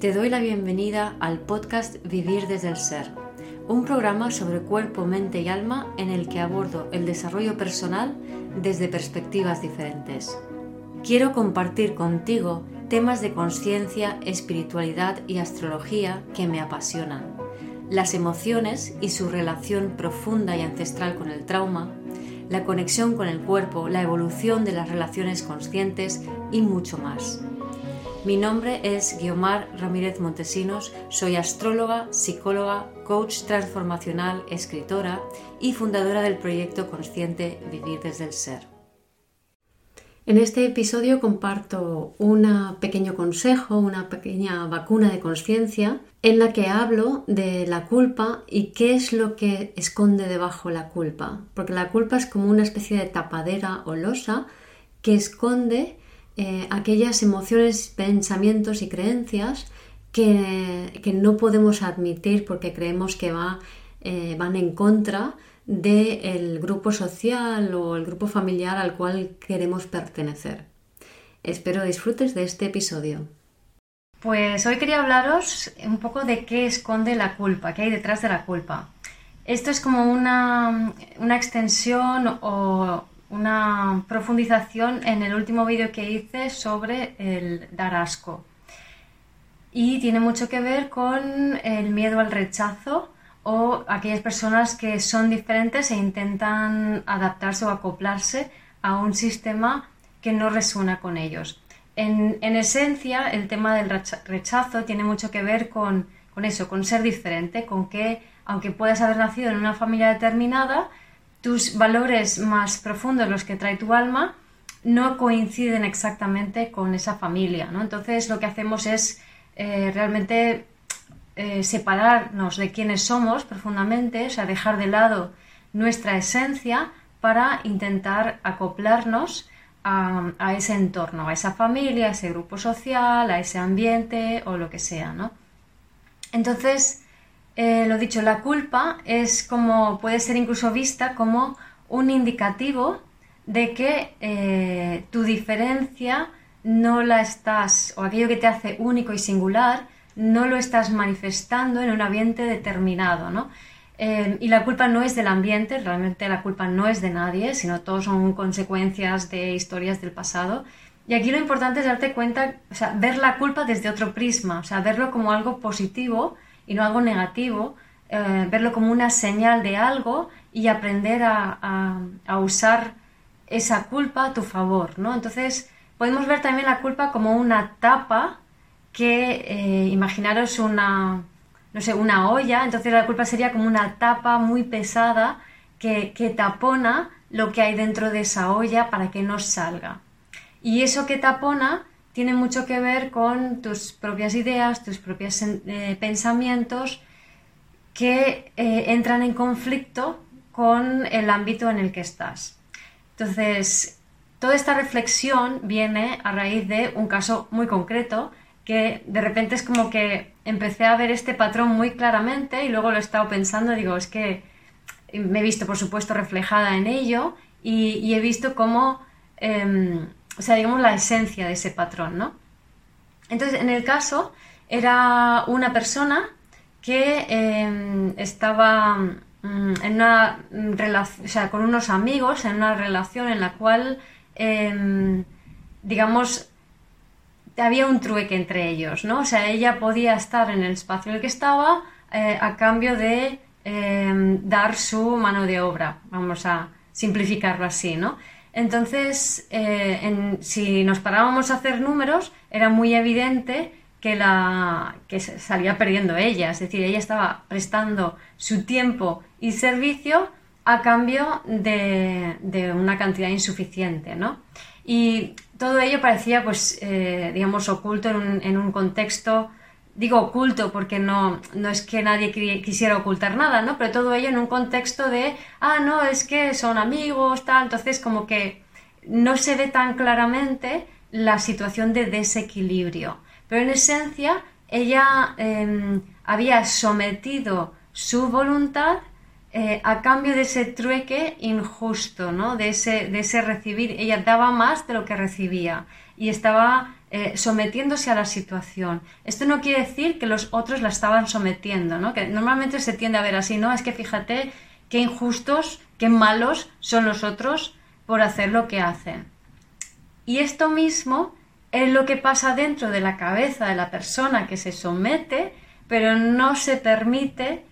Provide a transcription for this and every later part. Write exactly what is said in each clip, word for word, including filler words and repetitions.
Te doy la bienvenida al podcast Vivir desde el Ser, un programa sobre cuerpo, mente y alma en el que abordo el desarrollo personal desde perspectivas diferentes. Quiero compartir contigo temas de conciencia, espiritualidad y astrología que me apasionan, las emociones y su relación profunda y ancestral con el trauma, la conexión con el cuerpo, la evolución de las relaciones conscientes y mucho más. Mi nombre es Guiomar Ramírez Montesinos, soy astróloga, psicóloga, coach transformacional, escritora y fundadora del proyecto consciente Vivir desde el Ser. En este episodio comparto un pequeño consejo, una pequeña vacuna de conciencia en la que hablo de la culpa y qué es lo que esconde debajo la culpa. Porque la culpa es como una especie de tapadera o losa que esconde eh, aquellas emociones, pensamientos y creencias que, que no podemos admitir porque creemos que va, eh, van en contra del grupo social o el grupo familiar al cual queremos pertenecer. Espero disfrutes de este episodio. Pues hoy quería hablaros un poco de qué esconde la culpa, qué hay detrás de la culpa. Esto es como una, una extensión o una profundización en el último vídeo que hice sobre el dar asco. Y tiene mucho que ver con el miedo al rechazo o aquellas personas que son diferentes e intentan adaptarse o acoplarse a un sistema que no resuena con ellos. En, en esencia, el tema del rechazo tiene mucho que ver con, con eso, con ser diferente, con que, aunque puedas haber nacido en una familia determinada, tus valores más profundos, los que trae tu alma, no coinciden exactamente con esa familia, ¿no? Entonces, lo que hacemos es eh, realmente Eh, separarnos de quienes somos profundamente, o sea, dejar de lado nuestra esencia para intentar acoplarnos a, a ese entorno, a esa familia, a ese grupo social, a ese ambiente o lo que sea, ¿no? Entonces, eh, lo dicho, la culpa es como, puede ser incluso vista como un indicativo de que eh, tu diferencia no la estás, o aquello que te hace único y singular, no lo estás manifestando en un ambiente determinado, ¿no? Eh, y la culpa no es del ambiente, realmente la culpa no es de nadie, sino todos son consecuencias de historias del pasado. Y aquí lo importante es darte cuenta, o sea, ver la culpa desde otro prisma, o sea, verlo como algo positivo y no algo negativo, eh, verlo como una señal de algo y aprender a, a, a usar esa culpa a tu favor, ¿no? Entonces, podemos ver también la culpa como una tapa que eh, imaginaros una, no sé, una olla, entonces la culpa sería como una tapa muy pesada que, que tapona lo que hay dentro de esa olla para que no salga. Y eso que tapona tiene mucho que ver con tus propias ideas, tus propios eh, pensamientos que eh, entran en conflicto con el ámbito en el que estás. Entonces, toda esta reflexión viene a raíz de un caso muy concreto que de repente es como que empecé a ver este patrón muy claramente y luego lo he estado pensando, digo, es que me he visto, por supuesto, reflejada en ello y, y he visto cómo, eh, o sea, digamos, la esencia de ese patrón, ¿no? Entonces, en el caso, era una persona que eh, estaba mm, en una relación, o sea, con unos amigos, en una relación en la cual, eh, digamos, había un trueque entre ellos, ¿no? O sea, ella podía estar en el espacio en el que estaba eh, a cambio de eh, dar su mano de obra, vamos a simplificarlo así, ¿no? Entonces, eh, en, si nos parábamos a hacer números, era muy evidente que, la, que salía perdiendo ella, es decir, ella estaba prestando su tiempo y servicio a cambio de, de una cantidad insuficiente, ¿no? Y todo ello parecía, pues, eh, digamos, oculto en un, en un contexto, digo oculto porque no, no es que nadie quisiera ocultar nada, ¿no? Pero todo ello en un contexto de, ah, no, es que son amigos, tal, entonces como que no se ve tan claramente la situación de desequilibrio. Pero en esencia, ella eh, había sometido su voluntad Eh, a cambio de ese trueque injusto, ¿no? De ese, de ese recibir. Ella daba más de lo que recibía y estaba eh, sometiéndose a la situación. Esto no quiere decir que los otros la estaban sometiendo, ¿no? Que normalmente se tiende a ver así, ¿no? Es que fíjate qué injustos, qué malos son los otros por hacer lo que hacen. Y esto mismo es lo que pasa dentro de la cabeza de la persona que se somete, pero no se permite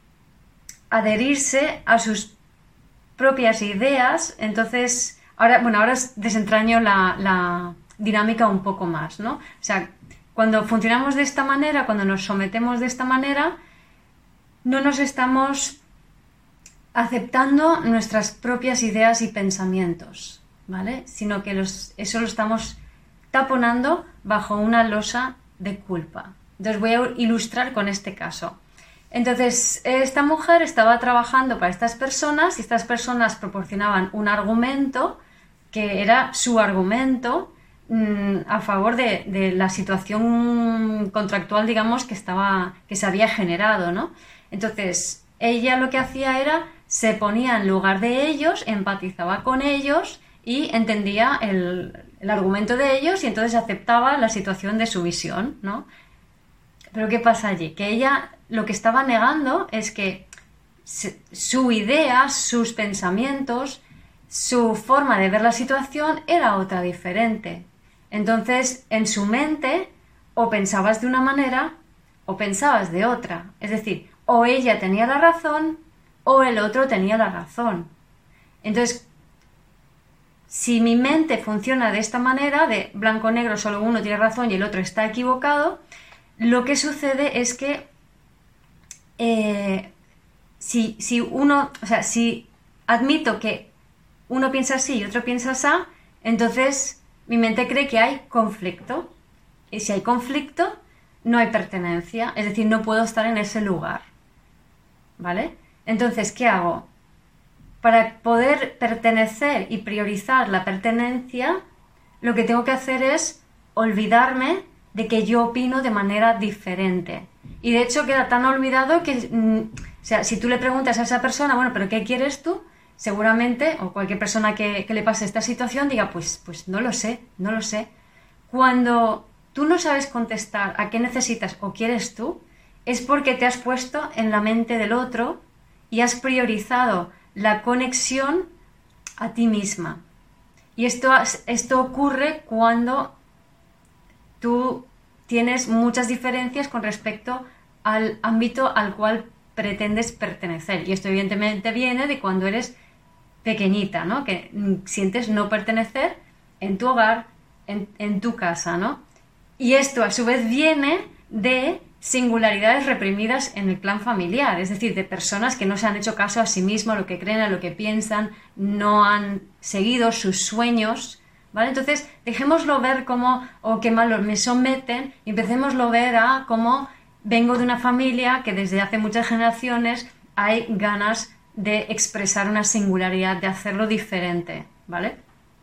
adherirse a sus propias ideas. Entonces, ahora, bueno, ahora desentraño la, la dinámica un poco más, ¿no? O sea, cuando funcionamos de esta manera, cuando nos sometemos de esta manera, no nos estamos aceptando nuestras propias ideas y pensamientos, ¿vale? Sino que los, eso lo estamos taponando bajo una losa de culpa. Entonces voy a ilustrar con este caso. Entonces, esta mujer estaba trabajando para estas personas y estas personas proporcionaban un argumento que era su argumento mmm, a favor de, de la situación contractual, digamos, que, estaba, que se había generado, ¿no? Entonces, ella lo que hacía era, se ponía en lugar de ellos, empatizaba con ellos y entendía el, el argumento de ellos y entonces aceptaba la situación de su visión, ¿no? Pero ¿qué pasa allí? Que ella lo que estaba negando es que su idea, sus pensamientos, su forma de ver la situación era otra diferente. Entonces, en su mente, o pensabas de una manera o pensabas de otra. Es decir, o ella tenía la razón o el otro tenía la razón. Entonces, si mi mente funciona de esta manera, de blanco-negro, solo uno tiene razón y el otro está equivocado, lo que sucede es que eh, si, si uno, o sea, si admito que uno piensa así y otro piensa así, entonces mi mente cree que hay conflicto. Y si hay conflicto, no hay pertenencia, es decir, no puedo estar en ese lugar. ¿Vale? Entonces, ¿qué hago? Para poder pertenecer y priorizar la pertenencia, lo que tengo que hacer es olvidarme de que yo opino de manera diferente. Y de hecho queda tan olvidado que, mm, o sea, si tú le preguntas a esa persona, bueno, ¿pero qué quieres tú? Seguramente, o cualquier persona que, que le pase esta situación diga, pues, pues no lo sé, no lo sé. Cuando tú no sabes contestar a qué necesitas o quieres tú, es porque te has puesto en la mente del otro y has priorizado la conexión a ti misma. Y esto, esto ocurre cuando tú tienes muchas diferencias con respecto al ámbito al cual pretendes pertenecer. Y esto evidentemente viene de cuando eres pequeñita, ¿no? Que sientes no pertenecer en tu hogar, en, en tu casa, ¿no? Y esto a su vez viene de singularidades reprimidas en el clan familiar, es decir, de personas que no se han hecho caso a sí mismas, a lo que creen, a lo que piensan, no han seguido sus sueños, ¿vale? Entonces, dejémoslo ver como, oh, qué mal me someten, y empecémoslo ver a cómo vengo de una familia que desde hace muchas generaciones hay ganas de expresar una singularidad, de hacerlo diferente, ¿vale?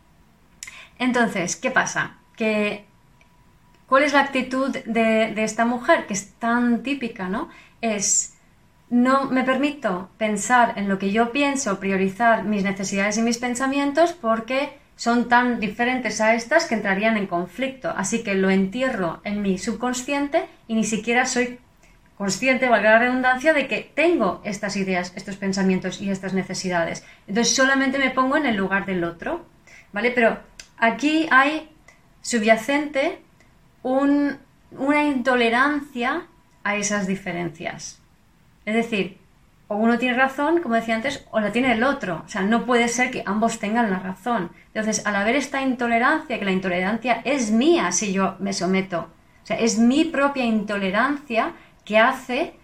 Entonces, ¿qué pasa? Que ¿cuál es la actitud de, de esta mujer? Que es tan típica, ¿no? Es, no me permito pensar en lo que yo pienso, priorizar mis necesidades y mis pensamientos porque son tan diferentes a estas que entrarían en conflicto. Así que lo entierro en mi subconsciente y ni siquiera soy consciente, valga la redundancia, de que tengo estas ideas, estos pensamientos y estas necesidades. Entonces solamente me pongo en el lugar del otro, ¿vale? Pero aquí hay subyacente Un, una intolerancia a esas diferencias. Es decir, o uno tiene razón, como decía antes, o la tiene el otro. O sea, no puede ser que ambos tengan la razón. Entonces, al haber esta intolerancia, que la intolerancia es mía si yo me someto, o sea, es mi propia intolerancia que hace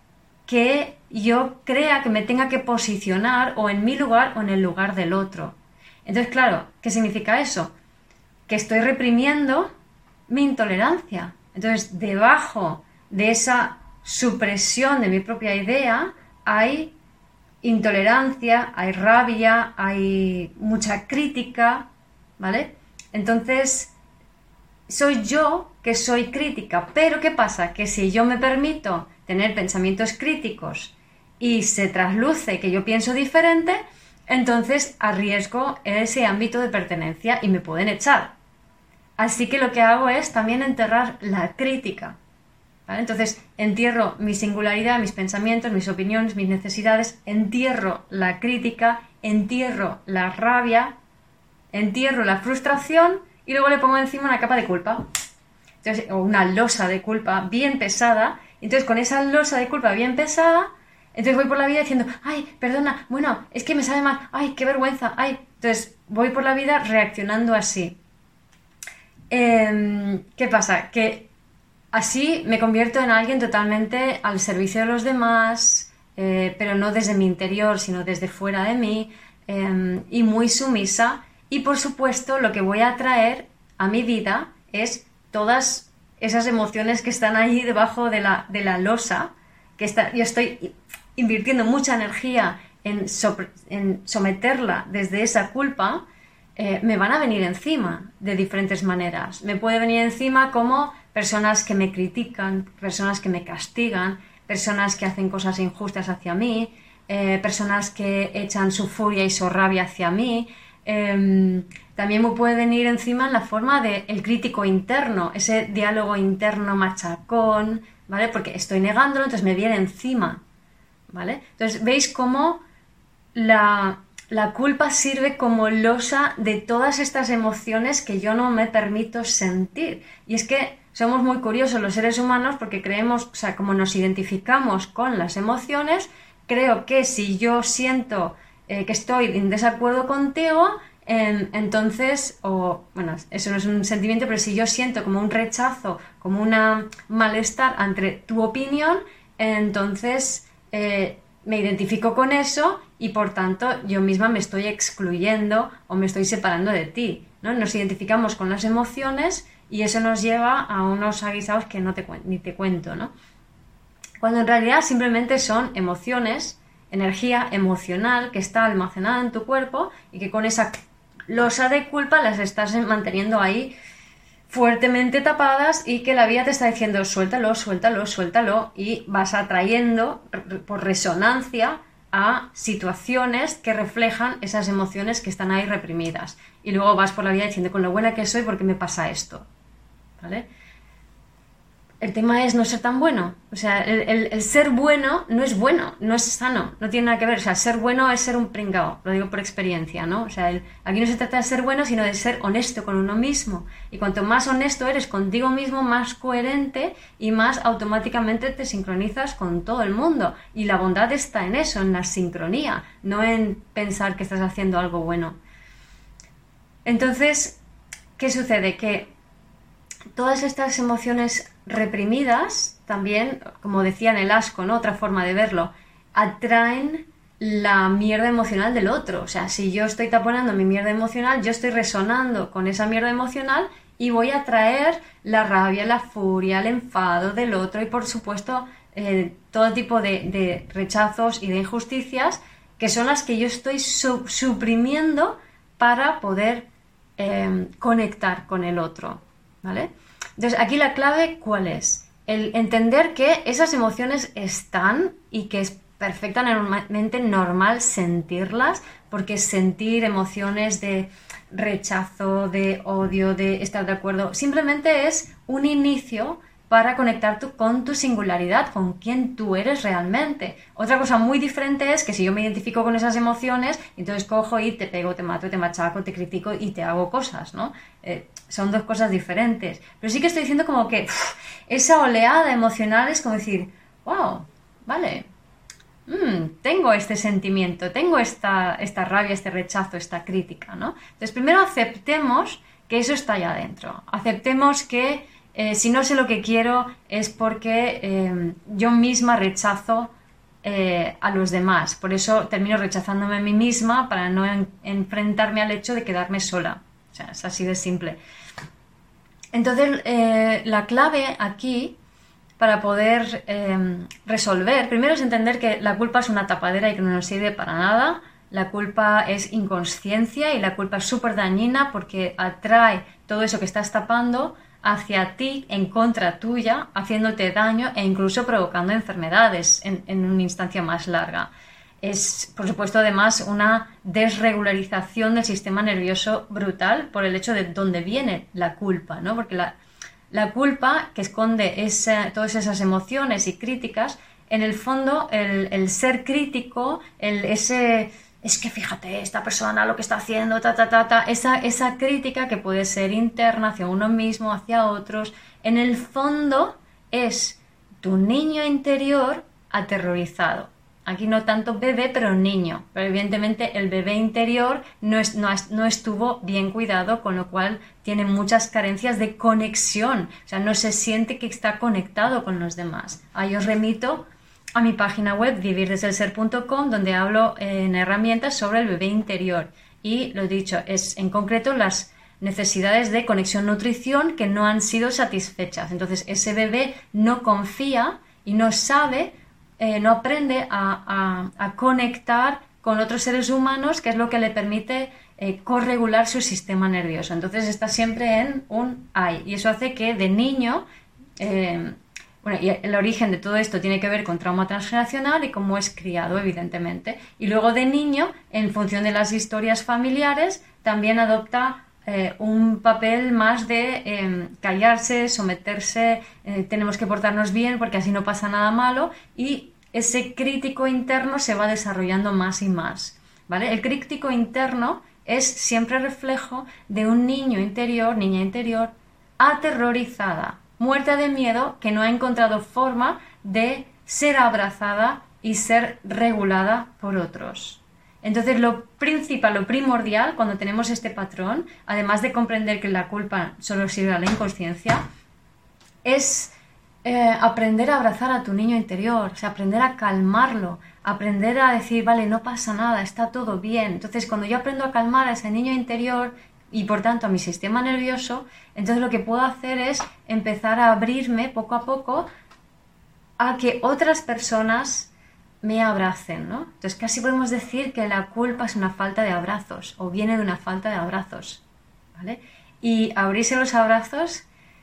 que yo crea que me tenga que posicionar o en mi lugar o en el lugar del otro. Entonces, claro, ¿qué significa eso? Que estoy reprimiendo mi intolerancia. Entonces, debajo de esa supresión de mi propia idea hay intolerancia, hay rabia, hay mucha crítica, ¿vale? Entonces, soy yo que soy crítica, pero ¿qué pasa? Que si yo me permito tener pensamientos críticos y se trasluce que yo pienso diferente, entonces arriesgo ese ámbito de pertenencia y me pueden echar. Así que lo que hago es también enterrar la crítica, ¿vale? Entonces entierro mi singularidad, mis pensamientos, mis opiniones, mis necesidades, entierro la crítica, entierro la rabia, entierro la frustración y luego le pongo encima una capa de culpa. Entonces, o una losa de culpa bien pesada. Entonces con esa losa de culpa bien pesada, entonces voy por la vida diciendo, ay, perdona, bueno, es que me sabe mal, ay, qué vergüenza, ay. Entonces voy por la vida reaccionando así. Eh, ¿Qué pasa? Que así me convierto en alguien totalmente al servicio de los demás, eh, pero no desde mi interior, sino desde fuera de mí, eh, y muy sumisa. Y por supuesto lo que voy a traer a mi vida es todas esas emociones que están ahí debajo de la, de la losa, que está, yo estoy invirtiendo mucha energía en, so, en someterla desde esa culpa. Eh, me van a venir encima de diferentes maneras. Me puede venir encima como personas que me critican, personas que me castigan, personas que hacen cosas injustas hacia mí, eh, personas que echan su furia y su rabia hacia mí. Eh, también me puede venir encima en la forma del crítico interno, ese diálogo interno machacón, ¿vale? Porque estoy negándolo, entonces me viene encima, ¿vale? Entonces, ¿veis cómo la... La culpa sirve como losa de todas estas emociones que yo no me permito sentir? Y es que somos muy curiosos los seres humanos porque creemos, o sea, como nos identificamos con las emociones, creo que si yo siento eh, que estoy en desacuerdo contigo, eh, entonces, o bueno, eso no es un sentimiento, pero si yo siento como un rechazo, como un malestar ante tu opinión, entonces eh, me identifico con eso y por tanto yo misma me estoy excluyendo o me estoy separando de ti, ¿no? Nos identificamos con las emociones y eso nos lleva a unos aguisados que no te ni te cuento, ¿no? Cuando en realidad simplemente son emociones, energía emocional que está almacenada en tu cuerpo y que con esa losa de culpa las estás manteniendo ahí fuertemente tapadas y que la vida te está diciendo suéltalo, suéltalo, suéltalo y vas atrayendo por resonancia a situaciones que reflejan esas emociones que están ahí reprimidas y luego vas por la vida diciendo con lo buena que soy, ¿por qué me pasa esto? ¿Vale? El tema es no ser tan bueno, o sea, el, el, el ser bueno no es bueno, no es sano, no tiene nada que ver, o sea, ser bueno es ser un pringao, lo digo por experiencia, ¿no? O sea, el, aquí no se trata de ser bueno, sino de ser honesto con uno mismo, y cuanto más honesto eres contigo mismo, más coherente y más automáticamente te sincronizas con todo el mundo, y la bondad está en eso, en la sincronía, no en pensar que estás haciendo algo bueno. Entonces, ¿qué sucede? Que todas estas emociones reprimidas, también, como decía en el asco, ¿no? Otra forma de verlo, atraen la mierda emocional del otro. O sea, si yo estoy taponando mi mierda emocional, yo estoy resonando con esa mierda emocional y voy a atraer la rabia, la furia, el enfado del otro y, por supuesto, eh, todo tipo de, de rechazos y de injusticias que son las que yo estoy su- suprimiendo para poder eh, conectar con el otro, ¿vale? Entonces, aquí la clave, ¿cuál es? El entender que esas emociones están y que es perfectamente normal sentirlas, porque sentir emociones de rechazo, de odio, de estar de acuerdo, simplemente es un inicio para conectar tu, con tu singularidad, con quién tú eres realmente. Otra cosa muy diferente es que si yo me identifico con esas emociones, entonces cojo y te pego, te mato, te machaco, te critico y te hago cosas, ¿no? Eh, son dos cosas diferentes. Pero sí que estoy diciendo como que uff, esa oleada emocional es como decir, wow, vale, mm, tengo este sentimiento, tengo esta, esta rabia, este rechazo, esta crítica, ¿no? Entonces primero aceptemos que eso está allá adentro. Aceptemos que Eh, si no sé lo que quiero es porque eh, yo misma rechazo eh, a los demás. Por eso termino rechazándome a mí misma para no en- enfrentarme al hecho de quedarme sola. O sea, es así de simple. Entonces, eh, la clave aquí para poder eh, resolver, primero es entender que la culpa es una tapadera y que no nos sirve para nada. La culpa es inconsciencia y la culpa es súper dañina porque atrae todo eso que estás tapando hacia ti, en contra tuya, haciéndote daño e incluso provocando enfermedades en, en una instancia más larga. es, por supuesto, además una desregularización del sistema nervioso brutal por el hecho de dónde viene la culpa, ¿no? Porque la, la culpa que esconde esa, todas esas emociones y críticas, en el fondo el, el ser crítico, el, ese... es que fíjate, esta persona lo que está haciendo, ta, ta, ta, ta, esa, esa crítica que puede ser interna hacia uno mismo, hacia otros, en el fondo es tu niño interior aterrorizado. Aquí no tanto bebé, pero niño. Pero evidentemente el bebé interior no, es, no, no estuvo bien cuidado, con lo cual tiene muchas carencias de conexión. O sea, no se siente que está conectado con los demás. Ahí os remito a mi página web vivir desde el ser punto com, donde hablo en herramientas sobre el bebé interior. Y lo dicho, es en concreto las necesidades de conexión-nutrición que no han sido satisfechas. Entonces ese bebé no confía y no sabe, eh, no aprende a, a, a conectar con otros seres humanos, que es lo que le permite eh, corregular su sistema nervioso. Entonces está siempre en un ay, y eso hace que de niño... Eh, Bueno, y el origen de todo esto tiene que ver con trauma transgeneracional y cómo es criado, evidentemente. Y luego de niño, en función de las historias familiares, también adopta eh, un papel más de eh, callarse, someterse, eh, tenemos que portarnos bien porque así no pasa nada malo, y ese crítico interno se va desarrollando más y más, ¿vale? El crítico interno es siempre reflejo de un niño interior, niña interior, aterrorizada, muerta de miedo, que no ha encontrado forma de ser abrazada y ser regulada por otros. Entonces, lo principal, lo primordial, cuando tenemos este patrón, además de comprender que la culpa solo sirve a la inconsciencia, es eh, aprender a abrazar a tu niño interior, o sea, aprender a calmarlo, aprender a decir, vale, no pasa nada, está todo bien. Entonces, cuando yo aprendo a calmar a ese niño interior, y por tanto a mi sistema nervioso, entonces lo que puedo hacer es empezar a abrirme poco a poco a que otras personas me abracen, ¿no? Entonces casi podemos decir que la culpa es una falta de abrazos o viene de una falta de abrazos, ¿vale? Y abrirse los abrazos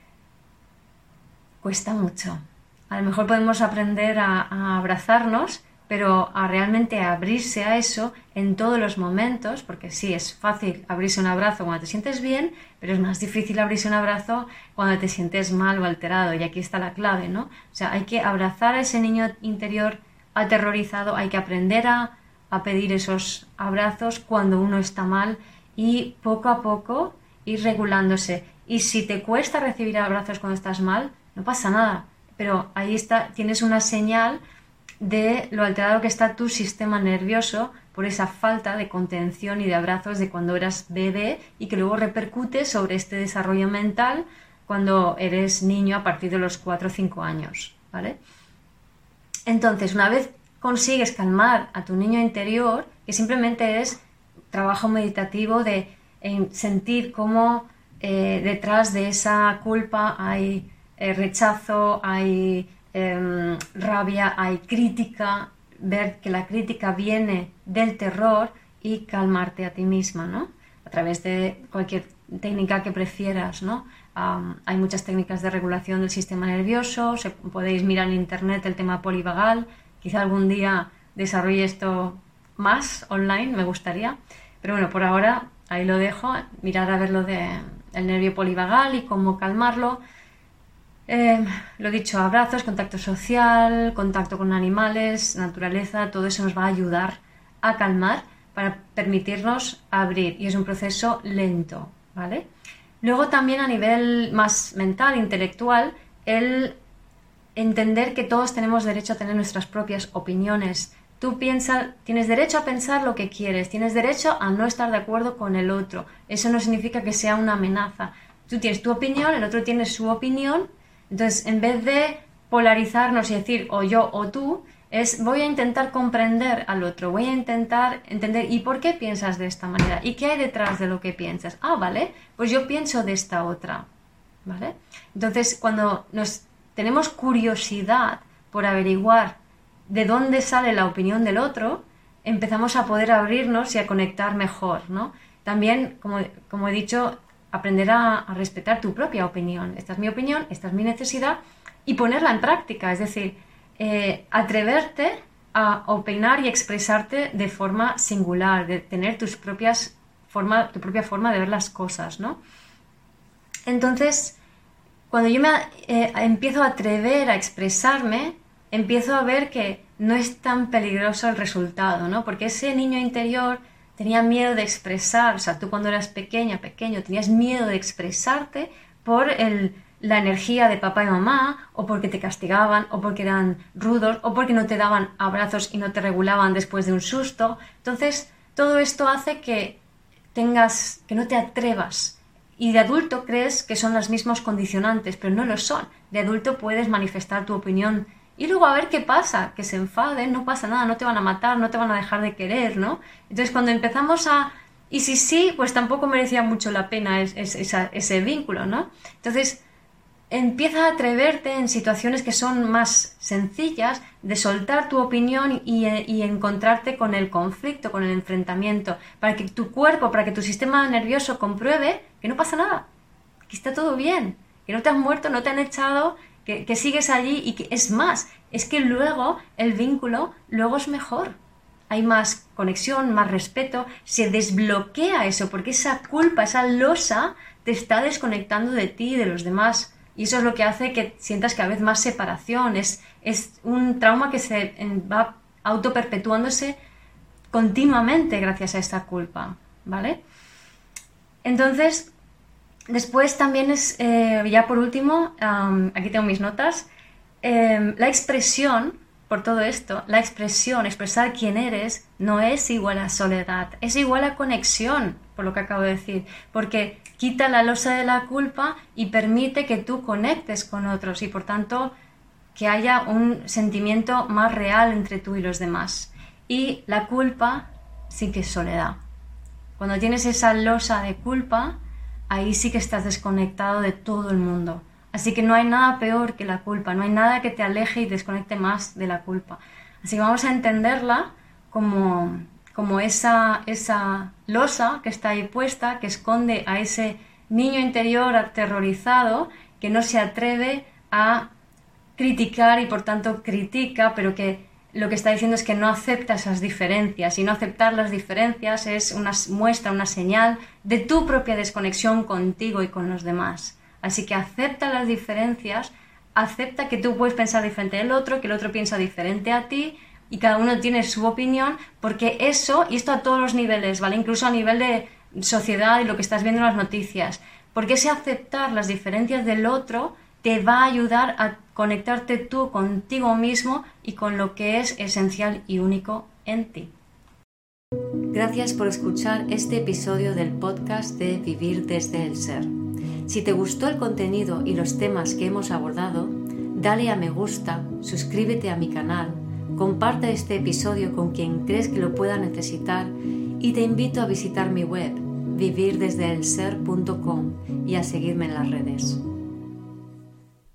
cuesta mucho. A lo mejor podemos aprender a, a abrazarnos, pero a realmente abrirse a eso en todos los momentos, porque sí, es fácil abrirse un abrazo cuando te sientes bien, pero es más difícil abrirse un abrazo cuando te sientes mal o alterado, y aquí está la clave, ¿no? O sea, hay que abrazar a ese niño interior aterrorizado, hay que aprender a, a pedir esos abrazos cuando uno está mal y poco a poco ir regulándose. Y si te cuesta recibir abrazos cuando estás mal, no pasa nada, pero ahí está, tienes una señal de lo alterado que está tu sistema nervioso por esa falta de contención y de abrazos de cuando eras bebé, y que luego repercute sobre este desarrollo mental cuando eres niño a partir de los cuatro o cinco años, ¿vale? Entonces, una vez consigues calmar a tu niño interior, que simplemente es trabajo meditativo de sentir cómo eh, detrás de esa culpa hay eh, rechazo, hay Eh, rabia, hay crítica, ver que la crítica viene del terror y calmarte a ti misma, ¿no? A través de cualquier técnica que prefieras, ¿no? Um, hay muchas técnicas de regulación del sistema nervioso, se, podéis mirar en internet el tema polivagal, quizá algún día desarrolle esto más online, me gustaría, pero bueno, por ahora ahí lo dejo, mirar a ver lo de el nervio polivagal y cómo calmarlo. Eh, lo dicho, abrazos, contacto social, contacto con animales, naturaleza, todo eso nos va a ayudar a calmar para permitirnos abrir, y es un proceso lento, ¿vale? Luego también a nivel más mental, intelectual, el entender que todos tenemos derecho a tener nuestras propias opiniones. Tú piensas, tienes derecho a pensar lo que quieres, tienes derecho a no estar de acuerdo con el otro. Eso no significa que sea una amenaza. Tú tienes tu opinión, el otro tiene su opinión. Entonces, en vez de polarizarnos y decir o yo o tú, es voy a intentar comprender al otro, voy a intentar entender ¿y por qué piensas de esta manera? ¿Y qué hay detrás de lo que piensas? Ah, vale, pues yo pienso de esta otra, ¿vale? Entonces, cuando nos tenemos curiosidad por averiguar de dónde sale la opinión del otro, empezamos a poder abrirnos y a conectar mejor, ¿no? También, como, como he dicho, aprender a, a respetar tu propia opinión. Esta es mi opinión, esta es mi necesidad, y ponerla en práctica. Es decir, eh, atreverte a opinar y expresarte de forma singular, de tener tus propias forma, tu propia forma de ver las cosas, ¿no? Entonces, cuando yo me eh, empiezo a atrever a expresarme, empiezo a ver que no es tan peligroso el resultado, ¿no? Porque ese niño interior tenía miedo de expresar, o sea, tú cuando eras pequeña, pequeño, tenías miedo de expresarte por el, la energía de papá y mamá, o porque te castigaban, o porque eran rudos, o porque no te daban abrazos y no te regulaban después de un susto. Entonces, todo esto hace que tengas, que no te atrevas. Y de adulto crees que son los mismos condicionantes, pero no lo son. De adulto puedes manifestar tu opinión y luego a ver qué pasa, que se enfaden, no pasa nada, no te van a matar, no te van a dejar de querer, ¿no? Entonces cuando empezamos a... Y si sí, pues tampoco merecía mucho la pena es, es, esa, ese vínculo, ¿no? Entonces empieza a atreverte en situaciones que son más sencillas de soltar tu opinión y, y encontrarte con el conflicto, con el enfrentamiento, para que tu cuerpo, para que tu sistema nervioso compruebe que no pasa nada, que está todo bien, que no te has muerto, no te han echado, que, que sigues allí y que es más, es que luego el vínculo luego es mejor. Hay más conexión, más respeto, se desbloquea eso, porque esa culpa, esa losa te está desconectando de ti y de los demás. Y eso es lo que hace que sientas cada vez más separación. Es, es un trauma que se va autoperpetuándose continuamente gracias a esta culpa, ¿vale? Entonces, después también es, eh, ya por último, um, aquí tengo mis notas, eh, la expresión, por todo esto, la expresión, expresar quién eres, no es igual a soledad, es igual a conexión, por lo que acabo de decir, porque quita la losa de la culpa y permite que tú conectes con otros y por tanto que haya un sentimiento más real entre tú y los demás. Y la culpa sí que es soledad. Cuando tienes esa losa de culpa, ahí sí que estás desconectado de todo el mundo. Así que no hay nada peor que la culpa, no hay nada que te aleje y desconecte más de la culpa. Así que vamos a entenderla como, como esa, esa losa que está ahí puesta, que esconde a ese niño interior aterrorizado que no se atreve a criticar y por tanto critica, pero que lo que está diciendo es que no acepta esas diferencias, y no aceptar las diferencias es una muestra, una señal de tu propia desconexión contigo y con los demás. Así que acepta las diferencias, acepta que tú puedes pensar diferente del otro, que el otro piensa diferente a ti y cada uno tiene su opinión, porque eso, y esto a todos los niveles, ¿vale? Incluso a nivel de sociedad y lo que estás viendo en las noticias, porque ese aceptar las diferencias del otro te va a ayudar a conectarte tú contigo mismo y con lo que es esencial y único en ti. Gracias por escuchar este episodio del podcast de Vivir desde el Ser. Si te gustó el contenido y los temas que hemos abordado, dale a me gusta, suscríbete a mi canal, comparte este episodio con quien crees que lo pueda necesitar y te invito a visitar mi web vivir desde el ser punto com y a seguirme en las redes.